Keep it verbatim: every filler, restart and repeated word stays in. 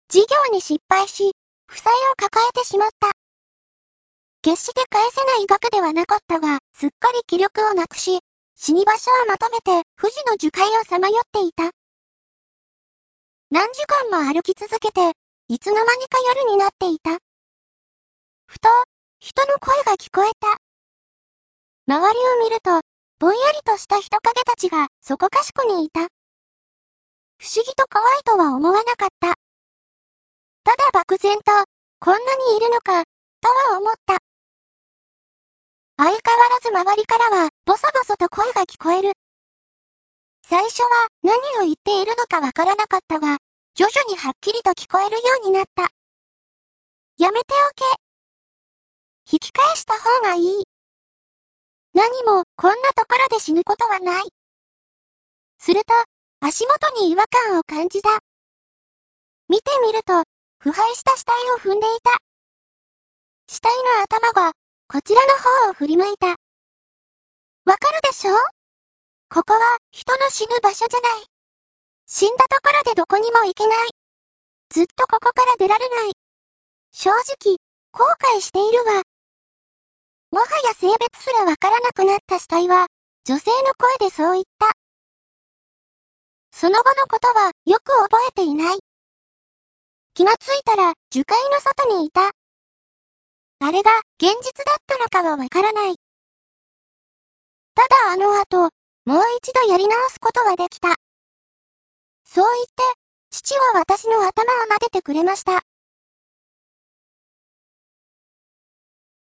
事業に失敗し、負債を抱えてしまった。決して返せない額ではなかったが、すっかり気力をなくし、死に場所を求めて富士の樹海をさまよっていた。何時間も歩き続けて、いつの間にか夜になっていた。ふと、人の声が聞こえた。周りを見ると、ぼんやりとした人影たちがそこかしこにいた。不思議と怖いとは思わなかった。ただ漠然と、こんなにいるのか、とは思った。相変わらず周りからは、ボソボソと声が聞こえる。最初は何を言っているのかわからなかったが、徐々にはっきりと聞こえるようになった。やめておけ。引き返した方がいい。何もこんなところで死ぬことはない。すると、足元に違和感を感じた。見てみると、腐敗した死体を踏んでいた。死体の頭が、こちらの方を振り向いた。わかるでしょ？ここは、人の死ぬ場所じゃない。死んだところでどこにも行けない。ずっとここから出られない。正直、後悔しているわ。もはや性別すらわからなくなった死体は、女性の声でそう言った。その後のことは、よく覚えていない。気がついたら、樹海の外にいた。あれが、現実だったのかはわからない。ただあの後、もう一度やり直すことはできた。そう言って、父は私の頭を撫でてくれました。